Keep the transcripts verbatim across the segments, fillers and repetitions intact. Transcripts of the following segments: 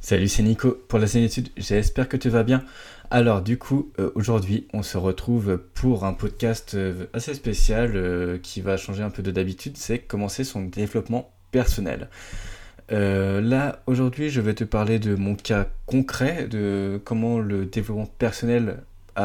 Salut, c'est Nico pour la Zénitude, j'espère que tu vas bien. Alors du coup, euh, aujourd'hui, on se retrouve pour un podcast euh, assez spécial euh, qui va changer un peu de d'habitude, c'est commencer son développement personnel. Euh, là, aujourd'hui, je vais te parler de mon cas concret, de comment le développement personnel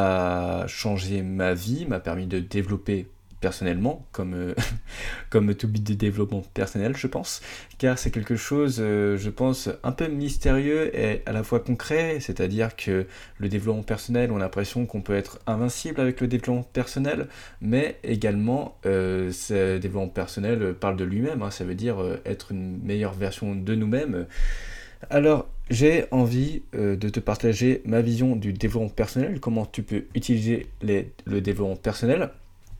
a changé ma vie, m'a permis de développer personnellement, comme, euh, comme tout bit de développement personnel, je pense, car c'est quelque chose, euh, je pense, un peu mystérieux et à la fois concret, c'est-à-dire que le développement personnel, on a l'impression qu'on peut être invincible avec le développement personnel, mais également, euh, ce développement personnel parle de lui-même, hein, ça veut dire euh, être une meilleure version de nous-mêmes. Alors, j'ai envie euh, de te partager ma vision du développement personnel, comment tu peux utiliser les- le développement personnel.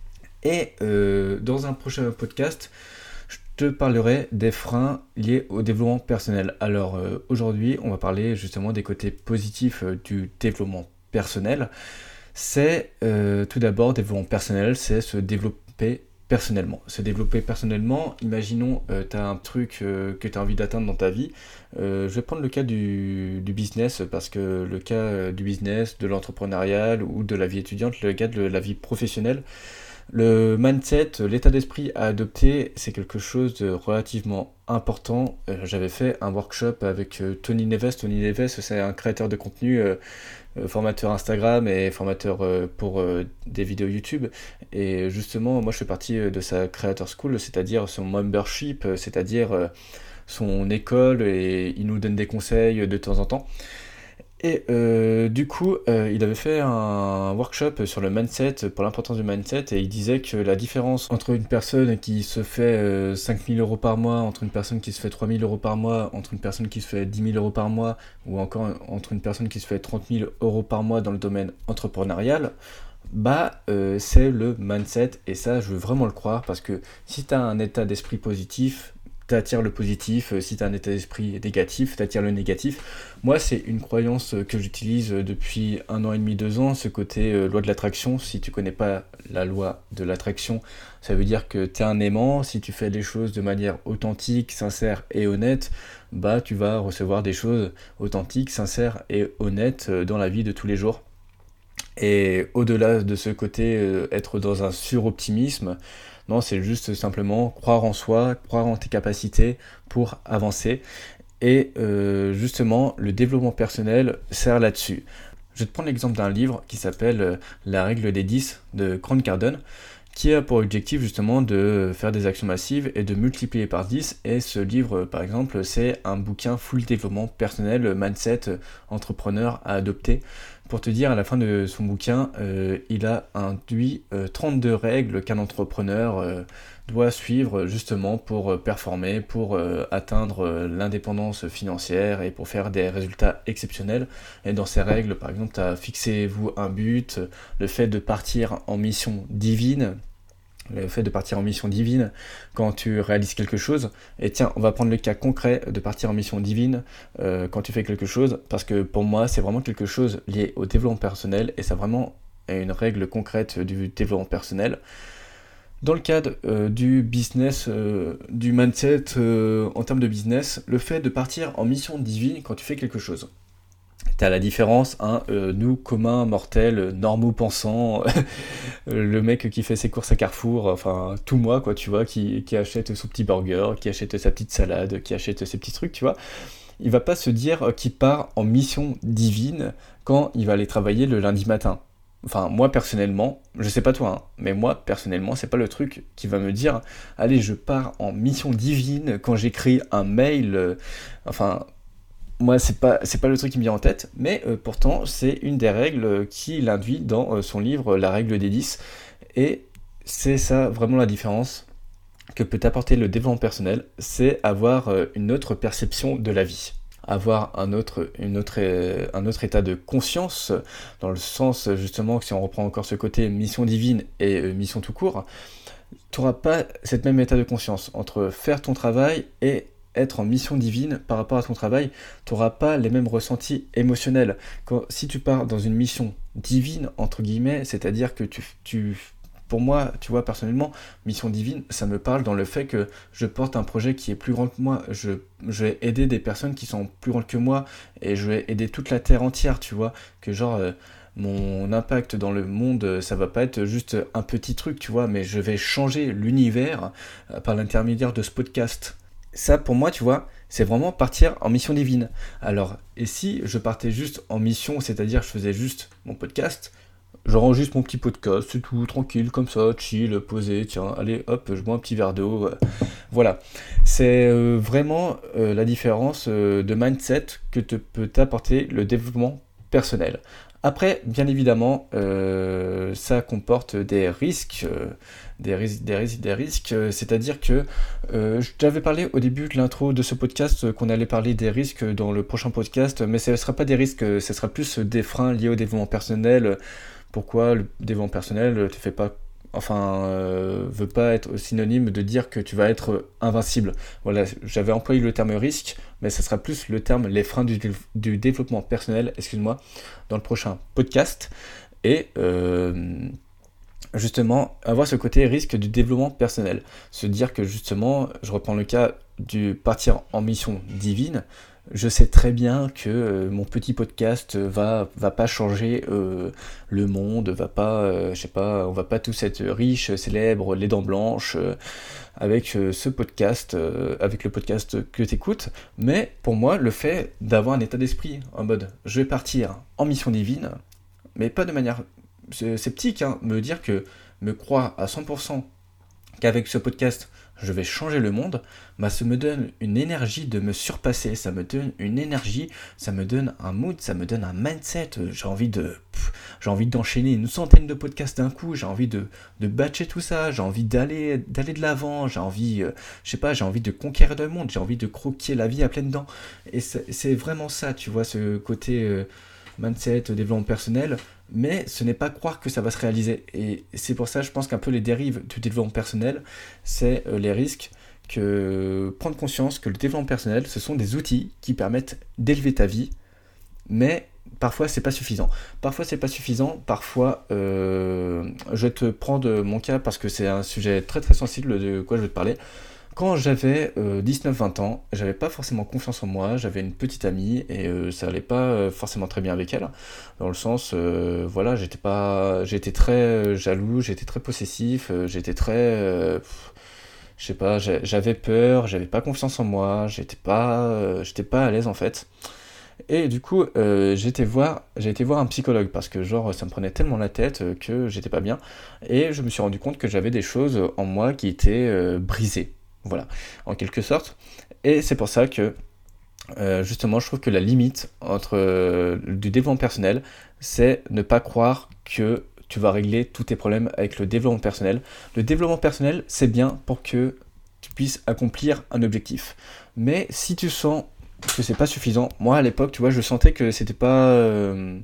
Et euh, dans un prochain podcast, je te parlerai des freins liés au développement personnel. Alors euh, aujourd'hui, on va parler justement des côtés positifs euh, du développement personnel. C'est euh, tout d'abord, développement personnel, c'est se développer personnellement. Se développer personnellement, imaginons, euh, tu as un truc euh, que tu as envie d'atteindre dans ta vie. Euh, je vais prendre le cas du, du business, parce que le cas euh, du business, de l'entrepreneurial ou de la vie étudiante, le cas de la vie professionnelle, le mindset, l'état d'esprit à adopter, c'est quelque chose de relativement important. Euh, j'avais fait un workshop avec euh, Tony Neves. Tony Neves, c'est un créateur de contenu, euh, euh, formateur Instagram et formateur euh, pour euh, des vidéos YouTube. Et justement, moi je fais partie euh, de sa Creator School, c'est-à-dire son membership, euh, c'est-à-dire euh, son école, et il nous donne des conseils de temps en temps. Et euh, du coup, euh, il avait fait un workshop sur le mindset, pour l'importance du mindset, et il disait que la différence entre une personne qui se fait euh, cinq mille euros par mois, entre une personne qui se fait trois mille euros par mois, entre une personne qui se fait dix mille euros par mois, ou encore entre une personne qui se fait trente mille euros par mois dans le domaine entrepreneurial, bah euh, c'est le mindset. Et ça, je veux vraiment le croire, parce que si tu as un état d'esprit positif, t'attires le positif. Euh, si tu as un état d'esprit négatif, t'attires le négatif. Moi, c'est une croyance euh, que j'utilise euh, depuis un an et demi, deux ans, ce côté euh, loi de l'attraction. Si tu connais pas la loi de l'attraction, ça veut dire que tu es un aimant. Si tu fais des choses de manière authentique, sincère et honnête, bah tu vas recevoir des choses authentiques, sincères et honnêtes euh, dans la vie de tous les jours. Et au-delà de ce côté, euh, être dans un suroptimisme, non, c'est juste simplement croire en soi, croire en tes capacités pour avancer. Et euh, justement, le développement personnel sert là-dessus. Je vais te prendre l'exemple d'un livre qui s'appelle euh, La règle des dix de Grant Cardone, qui a pour objectif justement de faire des actions massives et de multiplier par dix. Et ce livre, par exemple, c'est un bouquin full développement personnel, mindset, entrepreneur à adopter. Pour te dire, à la fin de son bouquin, euh, il a induit euh, trente-deux règles qu'un entrepreneur euh, doit suivre justement pour euh, performer, pour euh, atteindre euh, l'indépendance financière et pour faire des résultats exceptionnels. Et dans ces règles, par exemple, tu as fixez-vous un but, le fait de partir en mission divine, le fait de partir en mission divine quand tu réalises quelque chose. Et tiens, on va prendre le cas concret de partir en mission divine euh, quand tu fais quelque chose, parce que pour moi, c'est vraiment quelque chose lié au développement personnel, et c'est vraiment une règle concrète du développement personnel. Dans le cadre euh, du business, euh, du mindset euh, en termes de business, le fait de partir en mission divine quand tu fais quelque chose. T'as la différence, hein, euh, nous, communs, mortels, normaux pensants, le mec qui fait ses courses à Carrefour, enfin tout moi, quoi, tu vois, qui, qui achète son petit burger, qui achète sa petite salade, qui achète ses petits trucs, tu vois, il va pas se dire qu'il part en mission divine quand il va aller travailler le lundi matin. Enfin, moi personnellement, je sais pas toi, hein, mais moi personnellement, c'est pas le truc qui va me dire, allez, je pars en mission divine quand j'écris un mail, euh, enfin. Moi, c'est pas, c'est pas le truc qui me vient en tête, mais euh, pourtant, c'est une des règles euh, qu'il induit dans euh, son livre La règle des dix. Et c'est ça vraiment la différence que peut apporter le développement personnel, c'est avoir euh, une autre perception de la vie. Avoir un autre, une autre, euh, un autre état de conscience, dans le sens justement que si on reprend encore ce côté mission divine et euh, mission tout court, tu n'auras pas cette même état de conscience entre faire ton travail et être en mission divine par rapport à ton travail. Tu n'auras pas les mêmes ressentis émotionnels. Quand, si tu pars dans une mission divine, entre guillemets, c'est-à-dire que tu, tu pour moi, tu vois, personnellement, mission divine, ça me parle dans le fait que je porte un projet qui est plus grand que moi. Je, je vais aider des personnes qui sont plus grandes que moi et je vais aider toute la terre entière, tu vois. Que genre, euh, mon impact dans le monde, ça va pas être juste un petit truc, tu vois, mais je vais changer l'univers euh, par l'intermédiaire de ce podcast. Ça, pour moi, tu vois, c'est vraiment partir en mission divine. Alors, et si je partais juste en mission, c'est-à-dire je faisais juste mon podcast, j'enregistre mon petit podcast, c'est tout, tranquille, comme ça, chill, posé, tiens, allez, hop, je bois un petit verre d'eau, euh, voilà. C'est euh, vraiment euh, la différence euh, de mindset que te peut t'apporter le développement personnel. Après, bien évidemment, euh, ça comporte des risques, euh, des risques, des risques, des risques, euh, c'est-à-dire que euh, je t'avais parlé au début de l'intro de ce podcast euh, qu'on allait parler des risques dans le prochain podcast, mais ce ne sera pas des risques, euh, ce sera plus des freins liés au développement personnel. Pourquoi le développement personnel te fait pas, enfin, euh, veut pas être synonyme de dire que tu vas être invincible. Voilà, j'avais employé le terme risque, mais ça sera plus le terme les freins du, du développement personnel, excuse-moi, dans le prochain podcast. Et euh, justement, avoir ce côté risque du développement personnel. Se dire que justement, je reprends le cas du partir en mission divine. Je sais très bien que euh, mon petit podcast va va pas changer euh, le monde, va pas, euh, je sais pas, on va pas tous être riches, célèbres, les dents blanches euh, avec euh, ce podcast, euh, avec le podcast que t'écoutes. Mais pour moi, le fait d'avoir un état d'esprit en mode, je vais partir en mission divine, mais pas de manière sceptique, hein, me dire que me croire à cent pour cent qu'avec ce podcast, je vais changer le monde, bah ça me donne une énergie de me surpasser, ça me donne une énergie, ça me donne un mood, ça me donne un mindset, j'ai envie de pff, j'ai envie d'enchaîner une centaine de podcasts d'un coup, j'ai envie de, de batcher tout ça, j'ai envie d'aller d'aller de l'avant, j'ai envie, euh, je sais pas, j'ai envie de conquérir le monde, j'ai envie de croquer la vie à pleines dents, et c'est, c'est vraiment ça, tu vois, ce côté euh, mindset, développement personnel, mais ce n'est pas croire que ça va se réaliser. Et c'est pour ça, je pense qu'un peu les dérives du développement personnel, c'est euh, les risques que prendre conscience que le développement personnel, ce sont des outils qui permettent d'élever ta vie, mais parfois c'est pas suffisant. Parfois c'est pas suffisant, parfois euh, je vais te prendre mon cas parce que c'est un sujet très très sensible de quoi je vais te parler. Quand j'avais euh, dix-neuf vingt ans, j'avais pas forcément confiance en moi, j'avais une petite amie et euh, ça allait pas euh, forcément très bien avec elle, dans le sens, euh, voilà, j'étais pas, j'étais très euh, jaloux, j'étais très possessif, euh, j'étais très, euh, pff, je sais pas, j'ai- j'avais peur, j'avais pas confiance en moi, j'étais pas, euh, j'étais pas à l'aise en fait. Et du coup, euh, j'ai été voir, j'ai été voir un psychologue parce que genre ça me prenait tellement la tête euh, que j'étais pas bien et je me suis rendu compte que j'avais des choses en moi qui étaient euh, brisées. Voilà, en quelque sorte. Et c'est pour ça que, euh, justement, je trouve que la limite entre euh, du développement personnel, c'est ne pas croire que tu vas régler tous tes problèmes avec le développement personnel. Le développement personnel, c'est bien pour que tu puisses accomplir un objectif. Mais si tu sens que c'est pas suffisant, moi à l'époque, tu vois, je sentais que c'était pas... euh,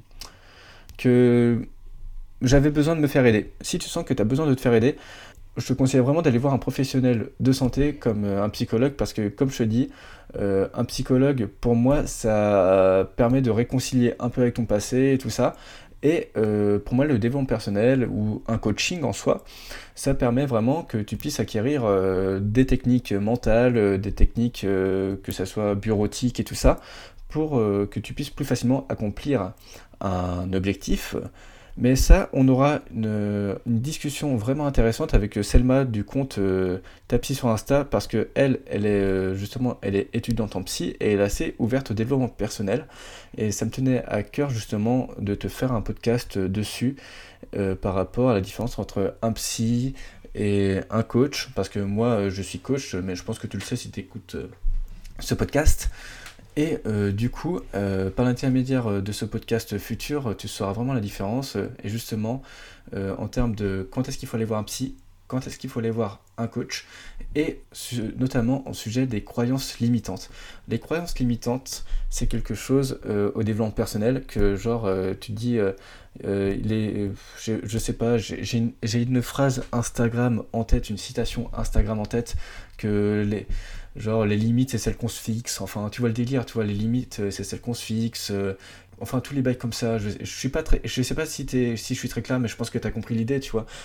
que j'avais besoin de me faire aider. Si tu sens que tu as besoin de te faire aider, je te conseille vraiment d'aller voir un professionnel de santé comme euh, un psychologue parce que comme je te dis, euh, un psychologue pour moi ça permet de réconcilier un peu avec ton passé et tout ça. Et euh, pour moi le développement personnel ou un coaching en soi, ça permet vraiment que tu puisses acquérir euh, des techniques mentales, euh, des techniques euh, que ça soit bureautiques et tout ça, pour euh, que tu puisses plus facilement accomplir un objectif. Mais ça, on aura une, une discussion vraiment intéressante avec Selma du compte euh, Tapsy sur Insta parce que elle, elle est euh, justement, elle est étudiante en psy et elle est assez ouverte au développement personnel. Et ça me tenait à cœur justement de te faire un podcast dessus euh, par rapport à la différence entre un psy et un coach. Parce que moi, euh, je suis coach, mais je pense que tu le sais si tu écoutes euh, ce podcast. Et euh, du coup, euh, par l'intermédiaire euh, de ce podcast futur, euh, tu sauras vraiment la différence. euh, et justement, euh, en termes de quand est-ce qu'il faut aller voir un psy, quand est-ce qu'il faut aller voir un coach, et su- notamment en sujet des croyances limitantes. Les croyances limitantes, c'est quelque chose euh, au développement personnel que genre euh, tu te dis, euh, euh, les, euh, je, je sais pas, j'ai j'ai une, j'ai une phrase Instagram en tête, une citation Instagram en tête que les genre les limites c'est celles qu'on se fixe, enfin tu vois le délire, tu vois les limites euh, c'est celles qu'on se fixe, euh, enfin tous les bails comme ça, je, je suis pas très, je sais pas si t'es, si je suis très clair mais je pense que t'as compris l'idée, tu vois.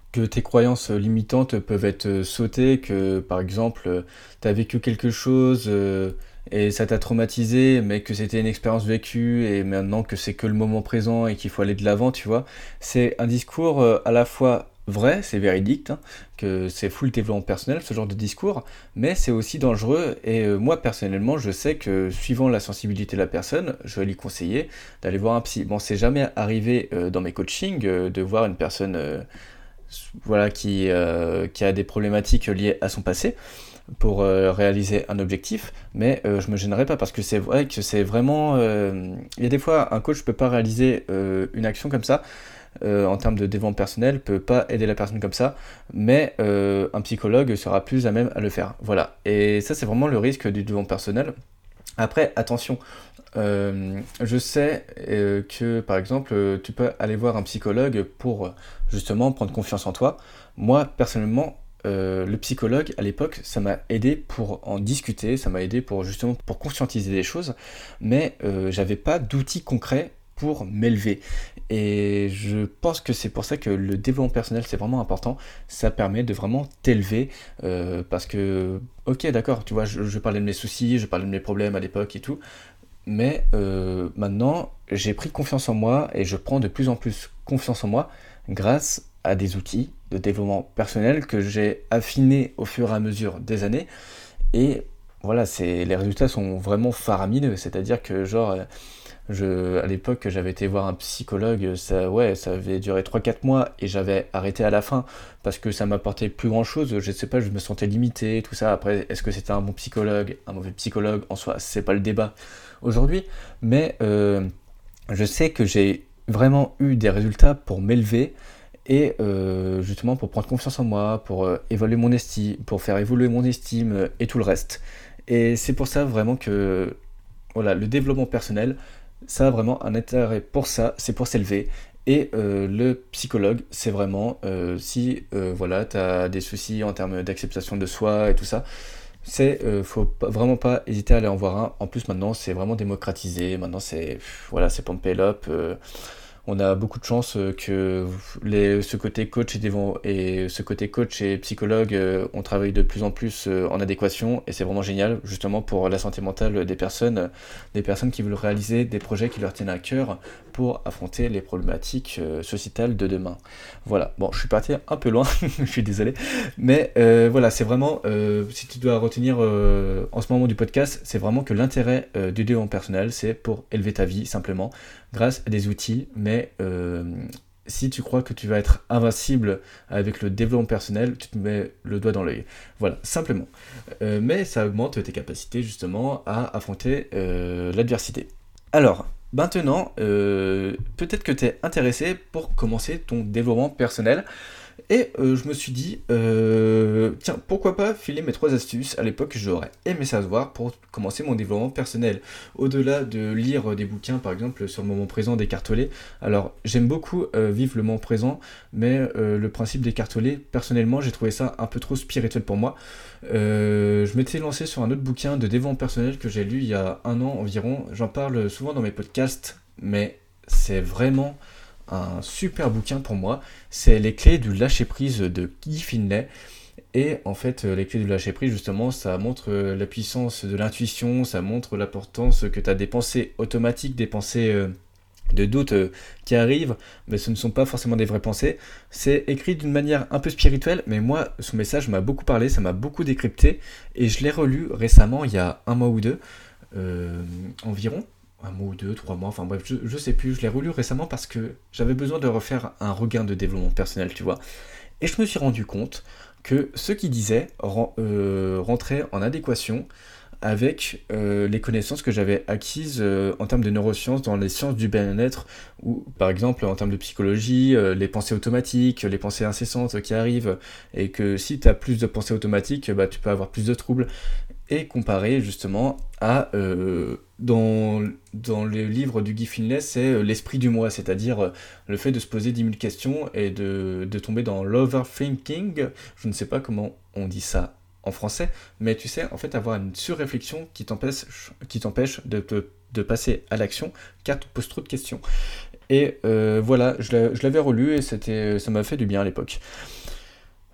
que tes croyances limitantes peuvent être sautées, que par exemple, tu as vécu quelque chose euh, et ça t'a traumatisé, mais que c'était une expérience vécue et maintenant que c'est que le moment présent et qu'il faut aller de l'avant, tu vois. C'est un discours euh, à la fois vrai, c'est véridique, hein, que c'est full développement personnel, ce genre de discours, mais c'est aussi dangereux et euh, moi personnellement, je sais que suivant la sensibilité de la personne, je vais lui conseiller d'aller voir un psy. Bon, c'est jamais arrivé euh, dans mes coachings euh, de voir une personne euh, voilà, qui, euh, qui a des problématiques liées à son passé pour euh, réaliser un objectif, mais euh, je me gênerai pas parce que c'est vrai que c'est vraiment... euh, Il y a des fois, un coach peut pas réaliser euh, une action comme ça, euh, en termes de développement personnel, peut pas aider la personne comme ça, mais euh, un psychologue sera plus à même à le faire. Voilà, et ça c'est vraiment le risque du développement personnel. Après, attention, euh, je sais euh, que par exemple, euh, tu peux aller voir un psychologue pour euh, justement prendre confiance en toi. Moi, personnellement, euh, le psychologue à l'époque, ça m'a aidé pour en discuter, ça m'a aidé pour justement pour conscientiser des choses, mais euh, j'avais pas d'outils concrets pour m'élever. Et je pense que c'est pour ça que le développement personnel c'est vraiment important. Ça permet de vraiment t'élever euh, parce que, ok, d'accord, tu vois, je, je parlais de mes soucis, je parlais de mes problèmes à l'époque et tout, mais euh, maintenant, j'ai pris confiance en moi et je prends de plus en plus confiance en moi grâce à des outils de développement personnel que j'ai affinés au fur et à mesure des années. Et voilà, c'est, les résultats sont vraiment faramineux. C'est-à-dire que, genre, euh, je, à l'époque, j'avais été voir un psychologue, ça, ouais, ça avait duré trois quatre mois et j'avais arrêté à la fin parce que ça m'apportait plus grand-chose. Je sais pas, je me sentais limité, tout ça. Après, est-ce que c'était un bon psychologue, un mauvais psychologue? En soi, c'est pas le débat aujourd'hui, mais euh, je sais que j'ai vraiment eu des résultats pour m'élever et euh, justement pour prendre confiance en moi, pour euh, évaluer mon estime, pour faire évoluer mon estime euh, et tout le reste. Et c'est pour ça vraiment que voilà, le développement personnel, ça a vraiment un intérêt pour ça, c'est pour s'élever. Et euh, le psychologue, c'est vraiment euh, si euh, voilà, tu as des soucis en termes d'acceptation de soi et tout ça, c'est euh, faut pas- vraiment pas hésiter à aller en voir un. En plus maintenant c'est vraiment démocratisé, maintenant c'est pff, voilà, c'est pompé up. euh, on a beaucoup de chance euh, que les, ce côté coach et, dévo- et ce côté coach et psychologue, euh, on travaille de plus en plus euh, en adéquation et c'est vraiment génial justement pour la santé mentale des personnes, euh, des personnes qui veulent réaliser des projets qui leur tiennent à cœur pour affronter les problématiques euh, sociétales de demain. Voilà, bon, je suis parti un peu loin, je suis désolé, mais euh, voilà, c'est vraiment, euh, si tu dois retenir euh, en ce moment du podcast, c'est vraiment que l'intérêt euh, du développement personnel, c'est pour élever ta vie simplement grâce à des outils, mais euh, si tu crois que tu vas être invincible avec le développement personnel, tu te mets le doigt dans l'œil. Voilà, simplement. Euh, mais ça augmente tes capacités justement à affronter euh, l'adversité. Alors, maintenant, euh, peut-être que tu es intéressé pour commencer ton développement personnel. Et euh, je me suis dit, euh, tiens, pourquoi pas filer mes trois astuces. À l'époque, j'aurais aimé savoir pour commencer mon développement personnel. Au-delà de lire des bouquins, par exemple, sur le moment présent d'Eckhart Tolle. Alors, j'aime beaucoup euh, vivre le moment présent, mais euh, le principe d'Eckhart Tolle, personnellement, j'ai trouvé ça un peu trop spirituel pour moi. Euh, je m'étais lancé sur un autre bouquin de développement personnel que j'ai lu il y a un an environ. J'en parle souvent dans mes podcasts, mais c'est vraiment un super bouquin pour moi, c'est Les clés du lâcher-prise de Guy Finlay. Et en fait, les clés du lâcher-prise, justement, ça montre la puissance de l'intuition, ça montre l'importance que tu as des pensées automatiques, des pensées euh, de doute euh, qui arrivent, mais ce ne sont pas forcément des vraies pensées. C'est écrit d'une manière un peu spirituelle, mais moi, son message m'a beaucoup parlé, ça m'a beaucoup décrypté, et je l'ai relu récemment, il y a un mois ou deux, euh, environ. Un mois ou deux, trois mois, enfin bref, je, je sais plus, je l'ai relu récemment parce que j'avais besoin de refaire un regain de développement personnel, tu vois. Et je me suis rendu compte que ce qu'il disait ren- euh, rentrait en adéquation avec euh, les connaissances que j'avais acquises euh, en termes de neurosciences dans les sciences du bien-être, ou par exemple en termes de psychologie, euh, les pensées automatiques, les pensées incessantes qui arrivent, et que si tu as plus de pensées automatiques, bah, tu peux avoir plus de troubles. Et comparé justement à, euh, dans, dans le livre du Guy Finlay, c'est euh, l'esprit du moi, c'est-à-dire euh, le fait de se poser dix mille questions et de, de tomber dans l'overthinking, je ne sais pas comment on dit ça en français, mais tu sais, en fait, avoir une surréflexion qui t'empêche, qui t'empêche de, de, de passer à l'action, car tu te poses trop de questions. Et euh, voilà, je, l'a, je l'avais relu et c'était, ça m'a fait du bien à l'époque.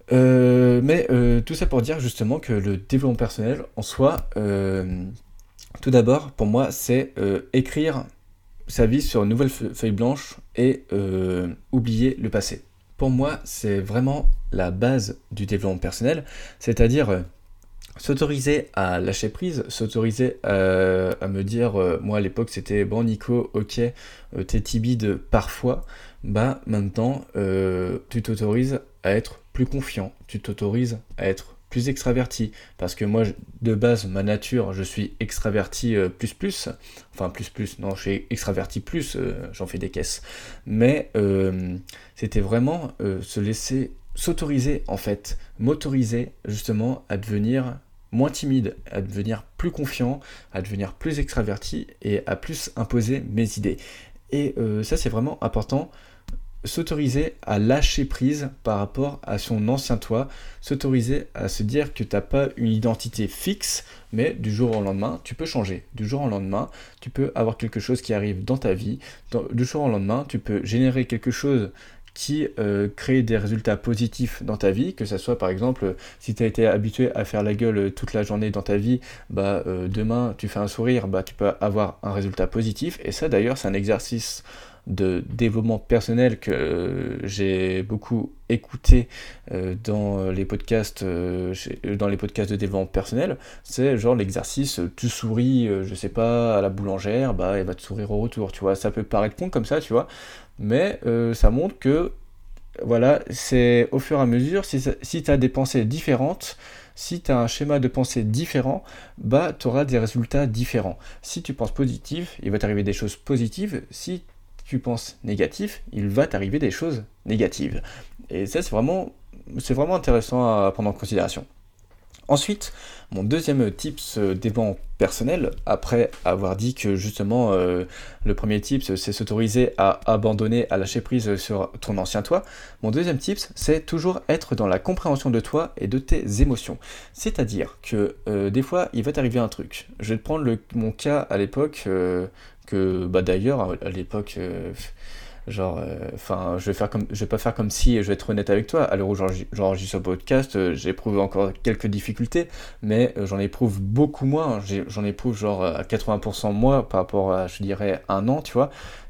Euh, mais euh, tout ça pour dire justement que le développement personnel en soi, euh, tout d'abord pour moi c'est euh, écrire sa vie sur une nouvelle fe- feuille blanche et euh, oublier le passé. Pour moi c'est vraiment la base du développement personnel, c'est-à-dire euh, s'autoriser à lâcher prise, s'autoriser à, à me dire, euh, moi à l'époque c'était bon Nico, ok, euh, t'es timide parfois, bah maintenant euh, tu t'autorises à être plus confiant, tu t'autorises à être plus extraverti, parce que moi je- de base ma nature je suis extraverti euh, plus plus, enfin plus plus, non je suis extraverti plus, euh, j'en fais des caisses, mais euh, c'était vraiment euh, se laisser s'autoriser en fait, m'autoriser justement à devenir moins timide, à devenir plus confiant, à devenir plus extraverti et à plus imposer mes idées. Et euh, ça c'est vraiment important, s'autoriser à lâcher prise par rapport à son ancien toi, s'autoriser à se dire que t'as pas une identité fixe, mais du jour au lendemain, tu peux changer. Du jour au lendemain, tu peux avoir quelque chose qui arrive dans ta vie. Dans- du jour au lendemain, tu peux générer quelque chose qui euh, crée des résultats positifs dans ta vie, que ça soit par exemple, si tu as été habitué à faire la gueule toute la journée dans ta vie, bah euh, demain tu fais un sourire, bah tu peux avoir un résultat positif, et ça d'ailleurs c'est un exercice de développement personnel que euh, j'ai beaucoup écouté euh, dans les podcasts euh, chez- dans les podcasts de développement personnel, c'est genre l'exercice euh, tu souris euh, je sais pas à la boulangère, bah elle va te sourire au retour, tu vois, ça peut paraître con comme ça, tu vois, mais euh, ça montre que voilà, c'est au fur et à mesure, si, ça- si tu as des pensées différentes, si tu as un schéma de pensée différent, bah tu auras des résultats différents. Si tu penses positif, il va t'arriver des choses positives. Si tu penses négatif, il va t'arriver des choses négatives. Et ça, c'est vraiment, c'est vraiment intéressant à prendre en considération. Ensuite, mon deuxième tips euh, développement personnel, après avoir dit que justement euh, le premier tips c'est s'autoriser à abandonner, à lâcher prise sur ton ancien toi, mon deuxième tips c'est toujours être dans la compréhension de toi et de tes émotions. C'est-à-dire que euh, des fois il va t'arriver un truc. Je vais te prendre le- mon cas à l'époque, euh, que bah d'ailleurs à l'époque. euh, Genre, enfin, je vais faire comme, je vais pas faire comme si, je vais être honnête avec toi. À l'heure où j'enregistre j'enregistre ce podcast, euh, j'éprouve encore quelques difficultés, mais euh, j'en éprouve beaucoup moins. J'ai- J'en éprouve genre à quatre-vingts pour cent moins par rapport à, je dirais, un an, tu vois.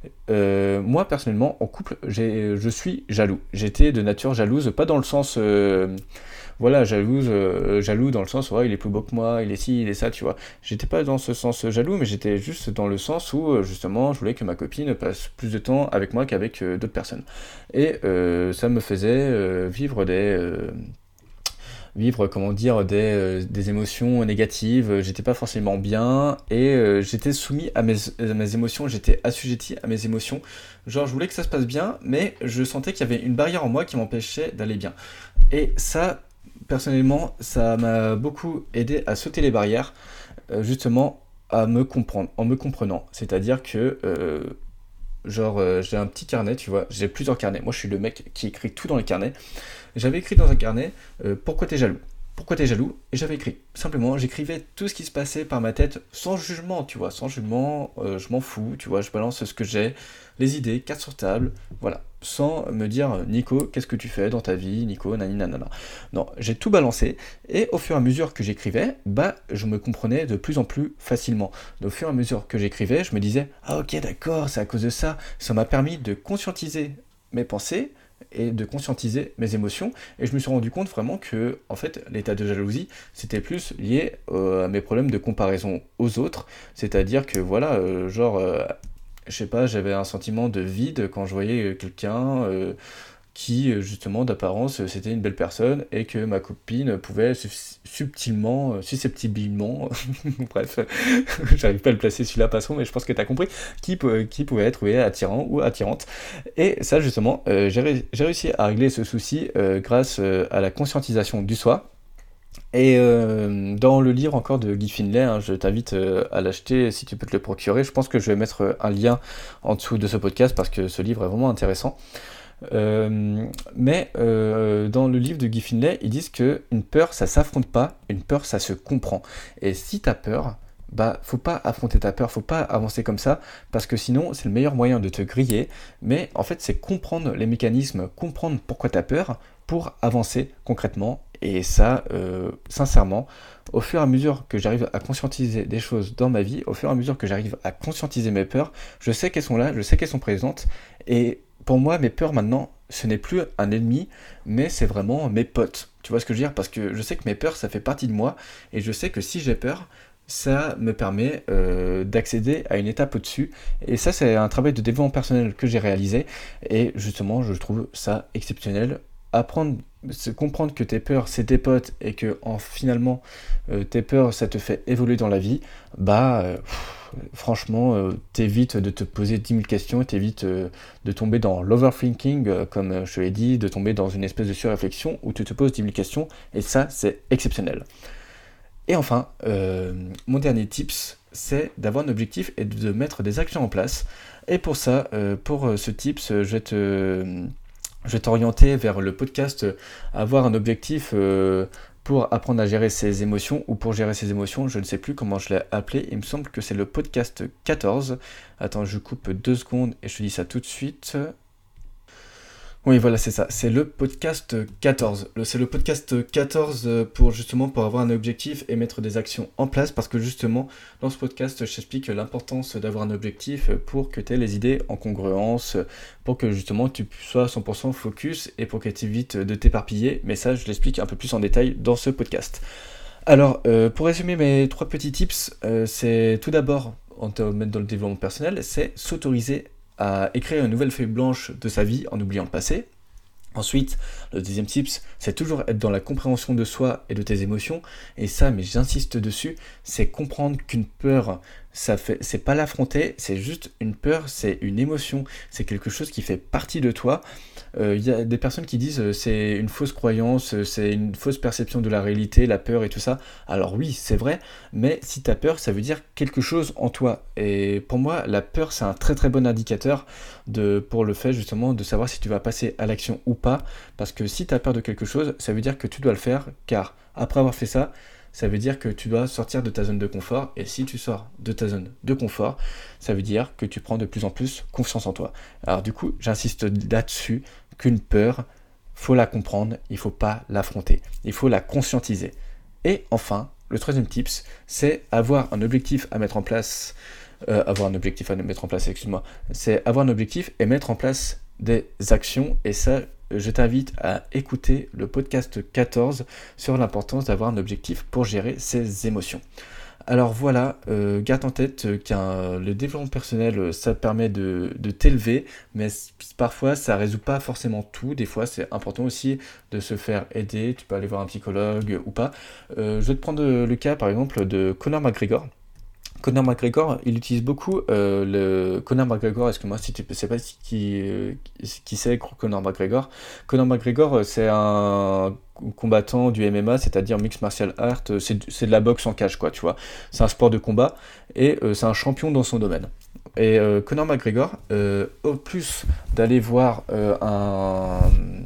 Euh, moi personnellement, en couple, j'ai, je suis jaloux. J'étais de nature jalouse, pas dans le sens, euh, voilà, jalouse, euh, jaloux dans le sens, ouais, il est plus beau que moi, il est ci, il est ça, tu vois. J'étais pas dans ce sens jaloux, mais j'étais juste dans le sens où, euh, justement, je voulais que ma copine passe plus de temps avec moi qu'avec euh, d'autres personnes. Et euh, ça me faisait euh, vivre des, euh, vivre, comment dire, des, euh, des émotions négatives, j'étais pas forcément bien, et euh, j'étais soumis à mes, à mes émotions, j'étais assujetti à mes émotions. Genre, je voulais que ça se passe bien, mais je sentais qu'il y avait une barrière en moi qui m'empêchait d'aller bien. Et ça, personnellement, ça m'a beaucoup aidé à sauter les barrières, euh, justement à me comprendre, en me comprenant. C'est-à-dire que, euh, genre, euh, j'ai un petit carnet, tu vois, j'ai plusieurs carnets. Moi, je suis le mec qui écrit tout dans les carnets. J'avais écrit dans un carnet, euh, pourquoi t'es jaloux? Pourquoi t'es jaloux? Et j'avais écrit. Simplement, j'écrivais tout ce qui se passait par ma tête sans jugement, tu vois, sans jugement, euh, je m'en fous, tu vois, je balance ce que j'ai, les idées, carte sur table, voilà. Sans me dire, Nico, qu'est-ce que tu fais dans ta vie, Nico, nani nanana. Non, j'ai tout balancé, et au fur et à mesure que j'écrivais, bah, je me comprenais de plus en plus facilement. Au fur et à mesure que j'écrivais, je me disais, ah ok, d'accord, c'est à cause de ça. Ça m'a permis de conscientiser mes pensées, et de conscientiser mes émotions, et je me suis rendu compte vraiment que en fait l'état de jalousie c'était plus lié euh, à mes problèmes de comparaison aux autres, c'est-à-dire que voilà, euh, genre euh, je sais pas, j'avais un sentiment de vide quand je voyais euh, quelqu'un euh, qui, euh, justement, d'apparence, euh, c'était une belle personne, et que ma copine pouvait su- subtilement, euh, susceptiblement, bref, j'arrive pas à le placer celui-là, passons, mais je pense que t'as compris, qui, peut- qui pouvait être oui, attirant ou attirante. Et ça, justement, euh, j'ai ré- j'ai réussi à régler ce souci euh, grâce euh, à la conscientisation du soi. Et euh, dans le livre encore de Guy Finlay, hein, je t'invite euh, à l'acheter si tu peux te le procurer. Je pense que je vais mettre euh, un lien en dessous de ce podcast parce que ce livre est vraiment intéressant. Euh, mais euh, dans le livre de Guy Finlay, ils disent que une peur, ça s'affronte pas, une peur, ça se comprend. Et si t'as peur, bah faut pas affronter ta peur, faut pas avancer comme ça, parce que sinon c'est le meilleur moyen de te griller. Mais en fait, c'est comprendre les mécanismes, comprendre pourquoi t'as peur, pour avancer concrètement. Et ça, euh, sincèrement, au fur et à mesure que j'arrive à conscientiser des choses dans ma vie, au fur et à mesure que j'arrive à conscientiser mes peurs, je sais qu'elles sont là, je sais qu'elles sont présentes. Et pour moi, mes peurs maintenant, ce n'est plus un ennemi, mais c'est vraiment mes potes. Tu vois ce que je veux dire? Parce que je sais que mes peurs, ça fait partie de moi. Et je sais que si j'ai peur, ça me permet euh, d'accéder à une étape au-dessus. Et ça, c'est un travail de développement personnel que j'ai réalisé. Et justement, je trouve ça exceptionnel. Apprendre, se comprendre que tes peurs, c'est tes potes et que en, finalement, euh, tes peurs, ça te fait évoluer dans la vie, bah, euh, pff, franchement, euh, t'évites de te poser dix mille questions, t'évites euh, de tomber dans l'overthinking, euh, comme euh, je te l'ai dit, de tomber dans une espèce de surréflexion où tu te poses dix mille questions, et ça, c'est exceptionnel. Et enfin, euh, mon dernier tips, c'est d'avoir un objectif et de mettre des actions en place. Et pour ça, euh, pour ce tips, je vais te... Je vais t'orienter vers le podcast euh, avoir un objectif euh, pour apprendre à gérer ses émotions ou pour gérer ses émotions, je ne sais plus comment je l'ai appelé, il me semble que c'est le podcast quatorze. Attends, je coupe deux secondes et je te dis ça tout de suite. Oui, voilà, c'est ça, c'est le podcast quatorze. Le- C'est le podcast quatorze euh, pour justement pour avoir un objectif et mettre des actions en place parce que justement, dans ce podcast, je t'explique l'importance d'avoir un objectif pour que tu aies les idées en congruence, pour que justement tu sois à cent pour cent focus et pour que tu évites de t'éparpiller. Mais ça, je l'explique un peu plus en détail dans ce podcast. Alors, euh, pour résumer mes trois petits tips, euh, c'est tout d'abord, en te mettre dans le développement personnel, c'est s'autoriser à écrire une nouvelle feuille blanche de sa vie en oubliant le passé. Ensuite, le deuxième tips, c'est toujours être dans la compréhension de soi et de tes émotions. Et ça, mais j'insiste dessus, c'est comprendre qu'une peur, ça fait, c'est pas l'affronter, c'est juste une peur, c'est une émotion, c'est quelque chose qui fait partie de toi. Il euh, y a des personnes qui disent euh, c'est une fausse croyance, euh, c'est une fausse perception de la réalité, la peur et tout ça. Alors oui, c'est vrai, mais si tu as peur, ça veut dire quelque chose en toi. Et pour moi, la peur, c'est un très très bon indicateur de, pour le fait justement de savoir si tu vas passer à l'action ou pas. Parce que si tu as peur de quelque chose, ça veut dire que tu dois le faire, car après avoir fait ça, ça veut dire que tu dois sortir de ta zone de confort. Et si tu sors de ta zone de confort, ça veut dire que tu prends de plus en plus confiance en toi. Alors du coup, j'insiste là-dessus, qu'une peur, faut la comprendre, il faut pas l'affronter, il faut la conscientiser. Et enfin, le troisième tips, c'est avoir un objectif à mettre en place, euh, avoir un objectif à mettre en place, excuse-moi, c'est avoir un objectif et mettre en place des actions. Et ça, je t'invite à écouter le podcast quatorze sur l'importance d'avoir un objectif pour gérer ses émotions. Alors voilà, euh, garde en tête euh, qu'un le développement personnel, euh, ça permet de, de t'élever, mais c- parfois ça résout pas forcément tout. Des fois, c'est important aussi de se faire aider. Tu peux aller voir un psychologue euh, ou pas. Euh, je vais te prendre euh, le cas, par exemple, de Conor McGregor. Conor McGregor, il utilise beaucoup euh, le Conor McGregor. Est-ce que moi, si tu sais pas si- qui euh, qui qui c'est Conor McGregor. Conor McGregor, euh, c'est un combattant du M M A, c'est-à-dire mixed martial art. euh, C'est du- c'est de la boxe en cage, quoi, tu vois. C'est un sport de combat et euh, c'est un champion dans son domaine. Et euh, Conor McGregor, euh, au plus d'aller voir euh, un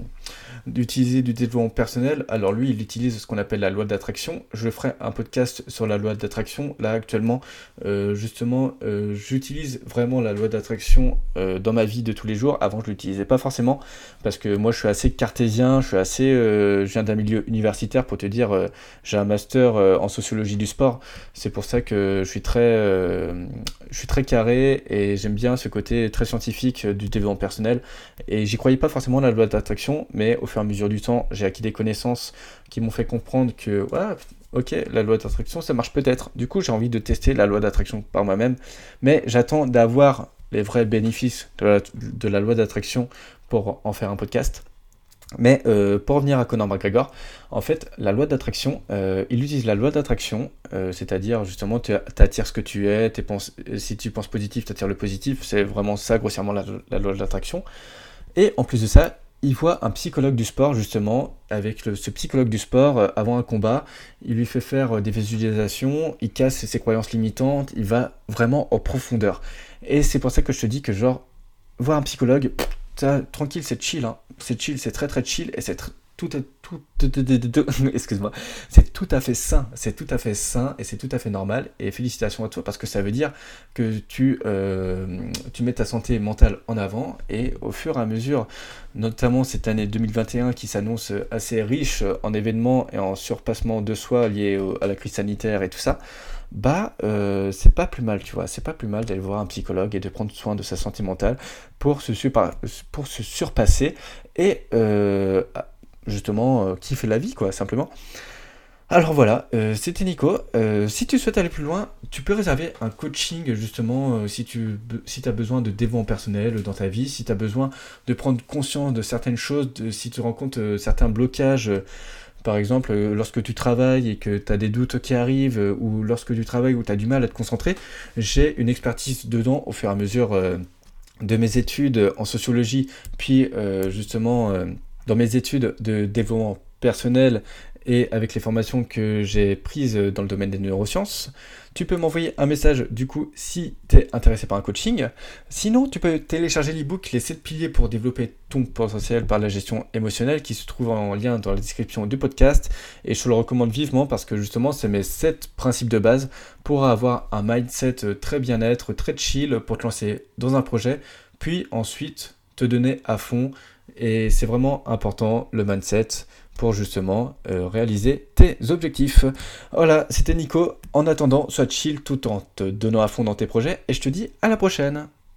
d'utiliser du développement personnel, alors lui, il utilise ce qu'on appelle la loi d'attraction. Je ferai un podcast sur la loi d'attraction. Là, actuellement, euh, justement, euh, j'utilise vraiment la loi d'attraction euh, dans ma vie de tous les jours. Avant, je l'utilisais pas forcément, parce que moi, je suis assez cartésien, je suis assez... euh, je viens d'un milieu universitaire, pour te dire, euh, j'ai un master euh, en sociologie du sport. C'est pour ça que je suis très, euh, je suis très carré, et j'aime bien ce côté très scientifique euh, du développement personnel. Et j'y croyais pas forcément la loi d'attraction, mais au fur et à mesure du temps, j'ai acquis des connaissances qui m'ont fait comprendre que, voilà, ok, la loi d'attraction, ça marche peut-être. Du coup, j'ai envie de tester la loi d'attraction par moi-même, mais j'attends d'avoir les vrais bénéfices de la, de la loi d'attraction pour en faire un podcast. Mais euh, pour revenir à Conor McGregor, en fait, la loi d'attraction, euh, il utilise la loi d'attraction, euh, c'est-à-dire justement, tu attires ce que tu es, tes penses- si tu penses positif, tu attires le positif, c'est vraiment ça, grossièrement, la, la loi d'attraction. Et en plus de ça, il voit un psychologue du sport, justement, avec le- ce psychologue du sport, euh, avant un combat, il lui fait faire euh, des visualisations, il casse ses, ses croyances limitantes, il va vraiment en profondeur. Et c'est pour ça que je te dis que, genre, voir un psychologue, pff, ça, tranquille, c'est chill, hein. C'est chill, c'est très très chill, et c'est tr- tout, est- tout, tout- tout- tout- tout- excuse-moi, c'est tout à fait sain, c'est tout à fait sain et c'est tout à fait normal. Et félicitations à toi parce que ça veut dire que tu, euh, tu mets ta santé mentale en avant et au fur et à mesure, notamment cette année deux mille vingt et un qui s'annonce assez riche en événements et en surpassement de soi liés au- à la crise sanitaire et tout ça, bah euh, c'est pas plus mal, tu vois, c'est pas plus mal d'aller voir un psychologue et de prendre soin de sa santé mentale pour se, super- pour se surpasser et euh, justement euh, kiffer la vie, quoi, simplement. Alors voilà, euh, c'était Nico. Euh, si tu souhaites aller plus loin, tu peux réserver un coaching justement euh, si tu si as besoin de développement personnel dans ta vie, si tu as besoin de prendre conscience de certaines choses, de- si tu rencontres euh, certains blocages, euh, par exemple euh, lorsque tu travailles et que tu as des doutes qui arrivent, euh, ou lorsque tu travailles où tu as du mal à te concentrer, j'ai une expertise dedans au fur et à mesure euh, de mes études en sociologie, puis euh, justement euh, dans mes études de développement personnel et avec les formations que j'ai prises dans le domaine des neurosciences. Tu peux m'envoyer un message du coup si tu es intéressé par un coaching. Sinon, tu peux télécharger l'ebook Les sept piliers pour développer ton potentiel par la gestion émotionnelle qui se trouve en lien dans la description du podcast. Et je te le recommande vivement parce que justement, c'est mes sept principes de base pour avoir un mindset très bien-être, très chill pour te lancer dans un projet, puis ensuite te donner à fond. Et c'est vraiment important le mindset pour justement euh, réaliser tes objectifs. Voilà, c'était Nico. En attendant, sois chill tout en te donnant à fond dans tes projets et je te dis à la prochaine.